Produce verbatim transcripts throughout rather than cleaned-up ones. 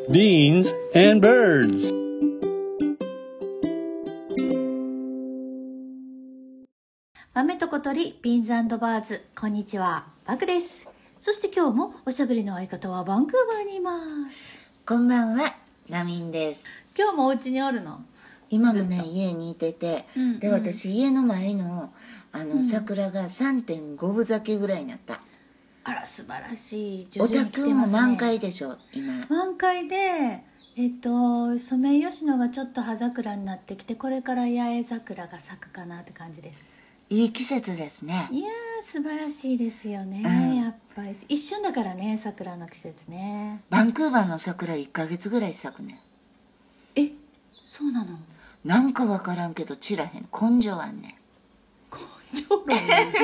beans, and birds. 豆と小鳥、ビーンズ&バーズ。こんにちは、バクです。そして今日もおしゃべりの相方はバンクーバーにいます。 こんばんは、ナミンです。 今日もお家におるの？ 今もね、家にいてて、うんうん、で私家の前のあの、うん、桜が さんてんご 分咲きぐらいになった。 あら素晴らしい。 お宅も満開でしょ今？ 満開で、えっとソメイヨシノがちょっと葉桜になってきて、これから八重桜が咲くかなって感じです。 いい季節ですね。 いやー素晴らしいですよね、うん、やっぱり一瞬だからね、桜の季節ね。 バンクーバーの桜いっかげつぐらい咲くね。 え、そうなの？ なんかわからんけど散らへん。根性あんね。 根性論ね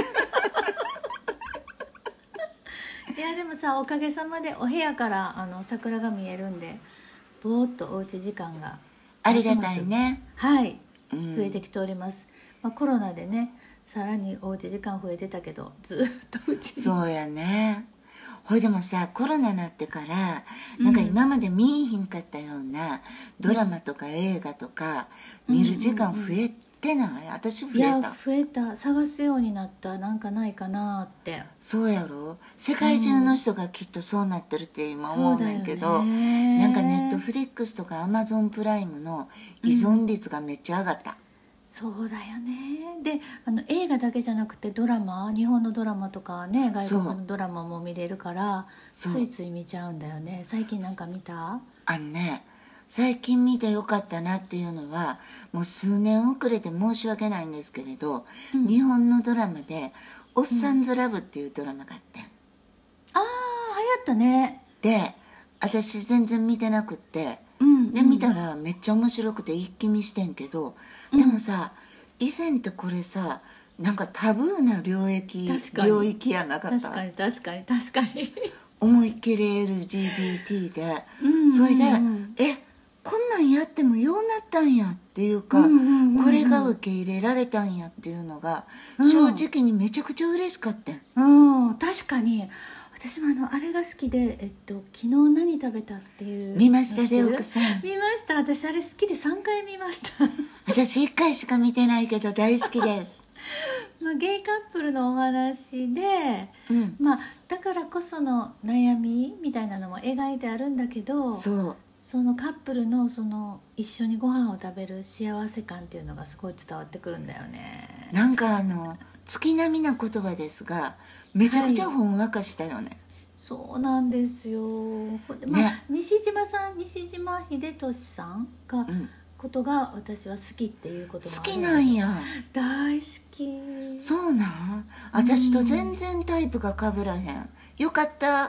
いやでもさ、おかげさまでお部屋からあの桜が見えるんで、ぼーっとおうち時間がありがたいね。 はい、うん、増えてきております、まあ、コロナでねさらにおうち時間増えてたけど、ずっとうちに。 そうやね。ほいでもさ、コロナになってからなんか今まで見えひんかったようなドラマとか映画とか見る時間増えてない？うんうんうん、私増えた。いや増えた。探すようになった。なんかないかなって。 そうやろ。世界中の人がきっとそうなってるって今思うねんけど、うん、なんかネットフリックスとかアマゾンプライムの依存率がめっちゃ上がった、うん、 そうだよね。であの映画だけじゃなくてドラマ、日本のドラマとかね、外国のドラマも見れるからついつい見ちゃうんだよね。最近なんか見た？ あのね、最近見てよかったなっていうのは、もう数年遅れて申し訳ないんですけれど、うん、日本のドラマで「おっさんずラブ」っていうドラマがあって、うん、 ああ流行ったね。 で私全然見てなくって、うんうん、で見たらめっちゃ面白くて一気見してんけど、でもさ、以前ってこれさなんかタブーな領域領域やなかった？ 確かに確かに確かに思いっきり エルジービーティー で、うんうんうん、それでえこんなんやってもようなったんやっていうか、うんうんうんうん、これが受け入れられたんやっていうのが、うん、正直にめちゃくちゃ嬉しかった、 うん、確かに私もあのあれが好きで、えっと、昨日何食べたっていう見ましたで奥さん？ 見ました。私あれ好きでさんかい見ました私いっかいしか見てないけど大好きですまあ、ゲイカップルのお話で、うんまあ、だからこその悩みみたいなのも描いてあるんだけど、 そうそのカップルのその一緒にご飯を食べる幸せ感っていうのがすごい伝わってくるんだよね。 なんかあの月並みな言葉ですがめちゃくちゃほんわかしたよね、はい、 そうなんですよ、まあね、西島さん西島秀俊さんが、うんことが私は好きっていうこともある。 好きなんや。 大好き。 そうなん？私と全然タイプが被らへん。よかった。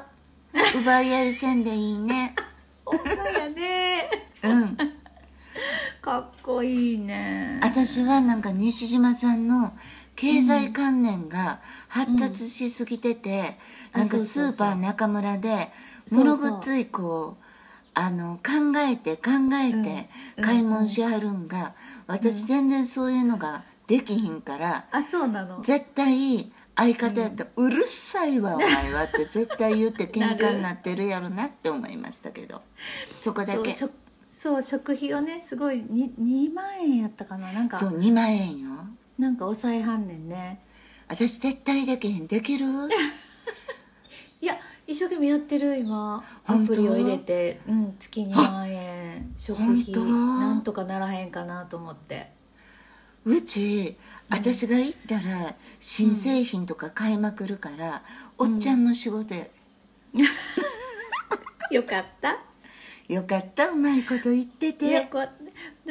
奪い合いせんでいいね。 女やね。 うんかっこいいね。 私はなんか西島さんの経済観念が発達しすぎてて、うん、なんかスーパー中村でものごっついこうあの考えて考えて買い物しはるんが、うんうん、私全然そういうのができひんから、 うん、あそうなの。 絶対相方やったら、うん、うるさいわお前はって絶対言って喧嘩になってるやろなって思いましたけどそこだけ。 そうそう食費をねすごい 2, にまんえんやったかな。なんかそうにまんえんよ。 なんか抑えはんねんね。 私絶対できへん。できるいや一生懸命やってる今。アプリを入れて、うん、月にまんえん食費なんとかならへんかなと思って。 うち、うん、私が行ったら新製品とか買いまくるから、うん、おっちゃんの仕事や、 うん、よかったよかった。うまいこと言ってて。 よかった。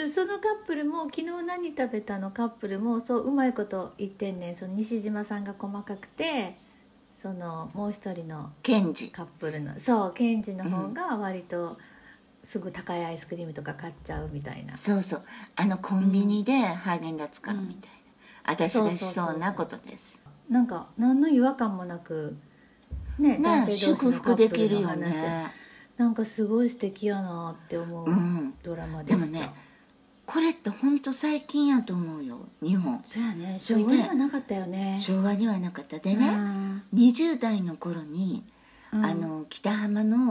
そのカップルも昨日何食べたのカップルもそううまいこと言ってんねん。その西島さんが細かくて、そのもう一人のケンジカップルのそうケンジの方が割とすぐ高いアイスクリームとか買っちゃうみたいな、 うん、そうそうあのコンビニでハーゲンダッツ買うみたいな、うん、私がしそうなことです。 なんか何の違和感もなくね、男性同士のカップルの話、ね、なんかすごい素敵やなって思うドラマでした、うん、でもねこれって本当最近やと思うよ日本。 そうやね、昭和にはなかったよね。 昭和にはなかったでね、うん、にじゅう代の頃に、うん、あの北浜の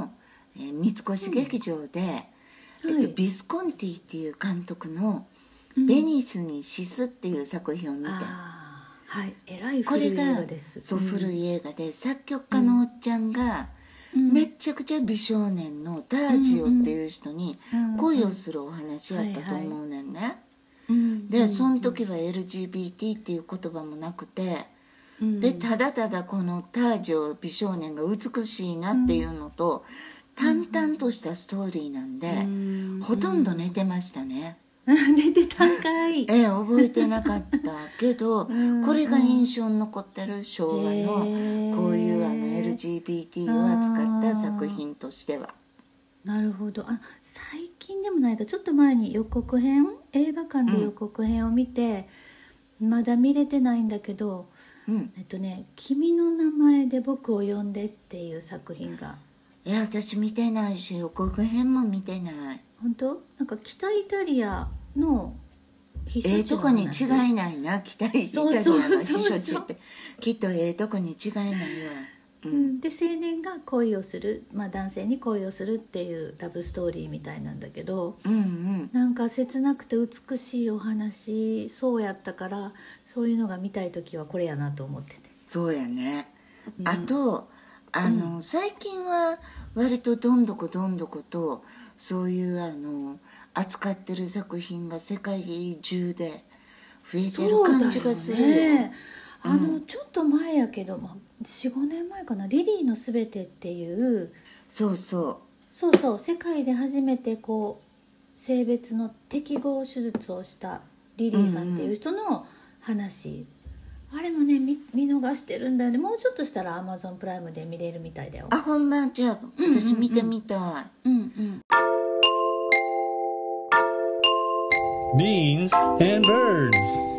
えー三越劇場で、 うんはいえっと、ビスコンティっていう監督の「 うんベニスにシス」っていう作品を見て、 あーはいえらいこれ古い映が画ですそう、 ん古い映画で作曲家のおっちゃんが、 うんめっちゃくちゃ美少年のダージオっていう人にうん恋をするお話やったと思うねんね。 うんでその時は エルジービーティー っていう言葉もなくて、 うんでただただこのダージオ美少年が美しいなっていうのと、淡々としたストーリーなんで、 うんほとんど寝てましたね。 寝てたんかいええ、覚えてなかったけど、 うんこれが印象に残ってる昭和のへえこういうあの エルジービーティー を扱った作品としては。 なるほど。あ、最近でもないか、ちょっと前に予告編、映画館で予告編を見て、まだ見れてないんだけど、 うん、 えっとね「君の名前で僕を呼んで」っていう作品が、 いや私見てないし予告編も見てない。 本当なんか北イタリアの避ええ暑地のとこに話違いないな、北イタリアの避暑地ってきっとええとこに違いないわ。ううんん、で青年が恋をする、まあ、男性に恋をするっていうラブストーリーみたいなんだけど、 うんうんなんか切なくて美しいお話そうやったから、そういうのが見たい時はこれやなと思ってて。 そうやね、 うんあとあの、最近は割とどんどこどんどことそういうあの扱ってる作品が世界中で増えてる感じがするよ。 そうだよね。あの、 うん、 ちょっと前やけど、まあ、よん、ごねんまえかな「リリーのすべて」っていうそうそそうそう世界で初めてこう性別の適合手術をしたリリーさんっていう人の話、あれもね 見, 見逃してるんだよね。もうちょっとしたら アマゾン プライムで見れるみたいだよ。 う。あ、ほんま、じゃあうんうんうん私見てみたい。 うんうん Beans and birds.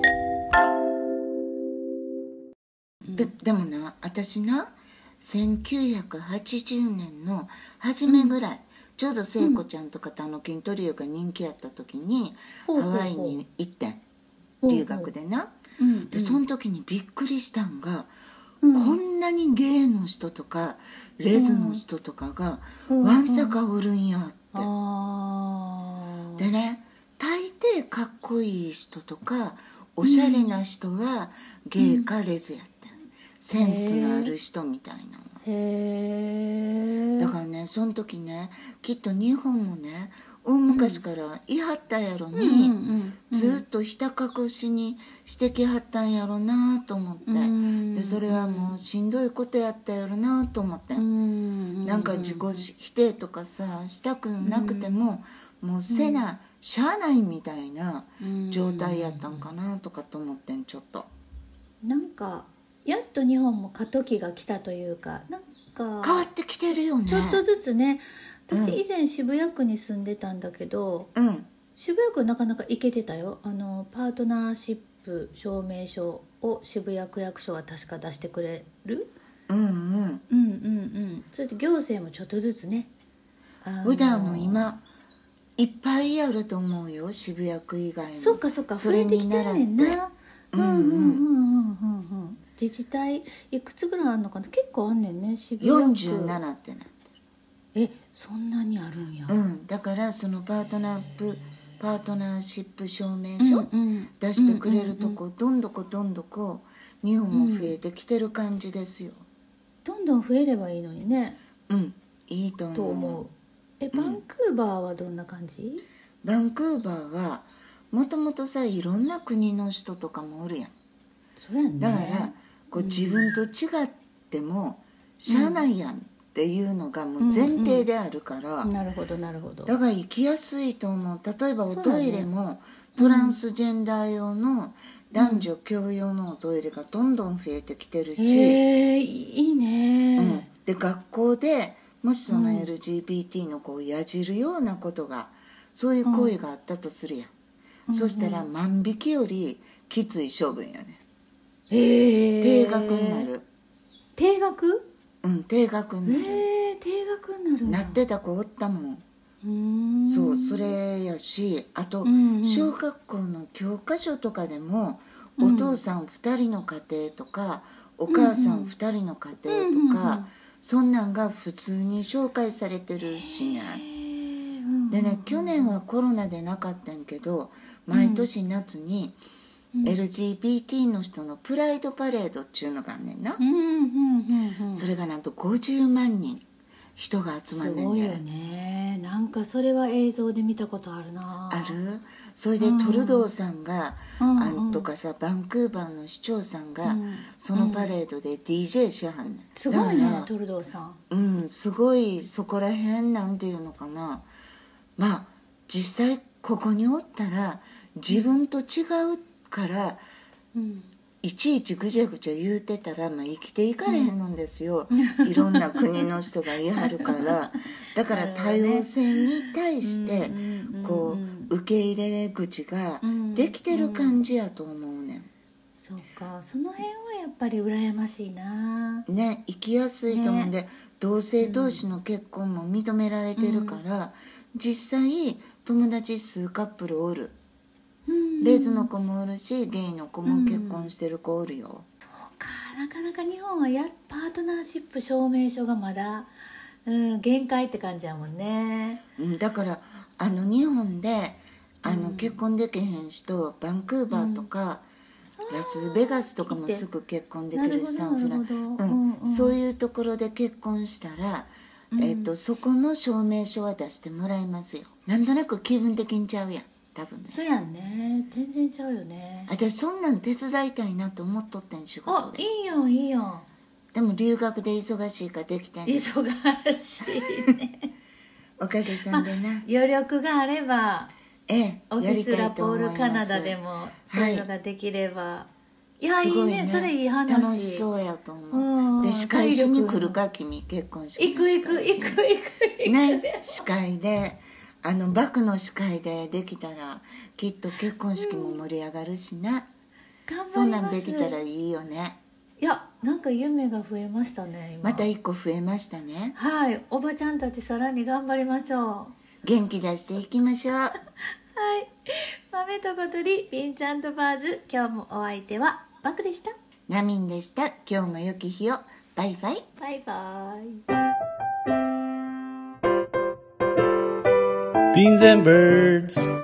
で, でもな私なせんきゅうひゃくはちじゅうねんの初めぐらい、ちょうど聖子ちゃんとかタノキントリオが人気やった時に、 ほうほうほうハワイに行ってん、留学でな。 うんでその時にびっくりしたんが、 うんこんなにゲイの人とかレズの人とかがうんわんさかおるんやって、 あでね大抵かっこいい人とかおしゃれな人はゲイかレズやってん、センスのある人みたいなのは。 へえ。 だからねその時ねきっと日本もね大昔からいはったやろに、 うんうんうん、 ずっとひた隠しにしてきはったんやろなと思って、 うんでそれはもうしんどいことやったやろなと思って、 うんなんか自己否定とかさしたくなくても、もうせな、しゃあないみたいな状態やったんかなとかと思ってん、ちょっとなんかやっと日本も過渡期が来たというか、なんか変わってきてるよね。 ちょっとずつね。私うん以前渋谷区に住んでたんだけど、 うん渋谷区なかなか行けてたよ。あのパートナーシップ証明書を渋谷区役所が確か出してくれる。 うんうん。 うんうんうんそれで行政もちょっとずつね、あの普段も今いっぱいあると思うよ、渋谷区以外も。 そっかそっか、 それ増えてきてに習ってんねんな。 うんうんうんうんうんうんうん自治体いくつぐらいあるのかな。結構あんねんね、渋谷区。 よんじゅうななってなってえ、そんなにあるんや。 る。うんだからそのパートナープパートナーシップ証明書、 うんうん出してくれるとこ、どんどこどんどこ日本も増えてきてる感じですよ。 どんどん増えればいいのにね、 うんいいと思う。 と思う。え、バンクーバーはどんな感じ？ バンクーバーはもともとさいろんな国の人とかもおるやん。 そうやんね。 だからこう自分と違ってもしゃあないやんっていうのがもう前提であるから、 なるほどなるほど。 だから行きやすいと思う。例えばおそうだねトイレもトランスジェンダー用の男女共用のおトイレがどんどん増えてきてるし、 へえいいね、 うん、で学校でもしその エルジービーティー の子をやじるようなことが、そういう行為があったとするやん、 うんそしたら万引きよりきつい処分やね。 へえ定額になる。 定額？ うん定額になる、 へえ定額になるんだ。 なってた子おったもん。 うーんそうそれやし、あと、 んうん小学校の教科書とかでも、 うんお父さんふたりの家庭とかお母さんふたりの家庭とか、 うんうんそんなんが普通に紹介されてるしね。でね、去年はコロナでなかったんやけど、毎年夏に エルジービーティー の人のプライドパレードっていうのがあんねんな、 うんうんうんうん、 それがなんとごじゅうまんにん人が集まんねんね。 すごいよね。なんかそれは映像で見たことあるな。 ある。それでトルドーさんが、 うんあんとかさ、バンクーバーの市長さんが、 うん、 そのパレードで ディージェー しはんねん。 すごいだからねトルドーさん。 うん、すごいそこら辺なんていうのかな、まあ実際ここにおったら自分と違うから、 うん、 いちいちぐちゃぐちゃ言うてたら、まあ、生きていかれへんのですよ、うん、いろんな国の人が言いはるからだから多様性に対してこう受け入れ口ができてる感じやと思うねん。 そうか、その辺はやっぱり羨ましいな。 ね、生きやすいと思うんで、 ね、 同性同士の結婚も認められてるから、うん、実際友達数カップルおる、うん、レズの子もおるしゲイの子も結婚してる子おるよ、うん、 そうか、なかなか日本はやパートナーシップ証明書がまだ、うん、限界って感じやもんね、 うん、だからあの日本であの、うん、結婚できへん人バンクーバーとか、うん、ラスベガスとかもすぐ結婚できるしサンフラン、うんうん、そういうところで結婚したら、うんえー、とそこの証明書は出してもらいますよ。なんとなく気分的にちゃうやん多分ね。 そうやんね、全然ちゃうよね。 私そんなん手伝いたいなと思っとってん仕事で。 あ、いいやんいいやん。 でも留学で忙しいからできてんねん。 忙しいねおかげさんでな、 まあ、余力があればええ、 オフィスラポールカナダでもそういうのができれば、はい、いやいい ね, いねそれいい話。 楽しそうやと思う。で仕返しに来るか君、結婚式の行く行く行く行く行くね、司会であのバクの司会でできたらきっと結婚式も盛り上がるしな、うん、 頑張ります。 そんなんできたらいいよね。 いや、なんか夢が増えましたね今。 また一個増えましたね。 はい、おばちゃんたちさらに頑張りましょう。 元気出していきましょうはい、 豆と小鳥ビンズ&バーズ、今日もお相手はバクでした。 ナミンでした。今日も良き日を。バイバイバイバイ。 Beans and birds.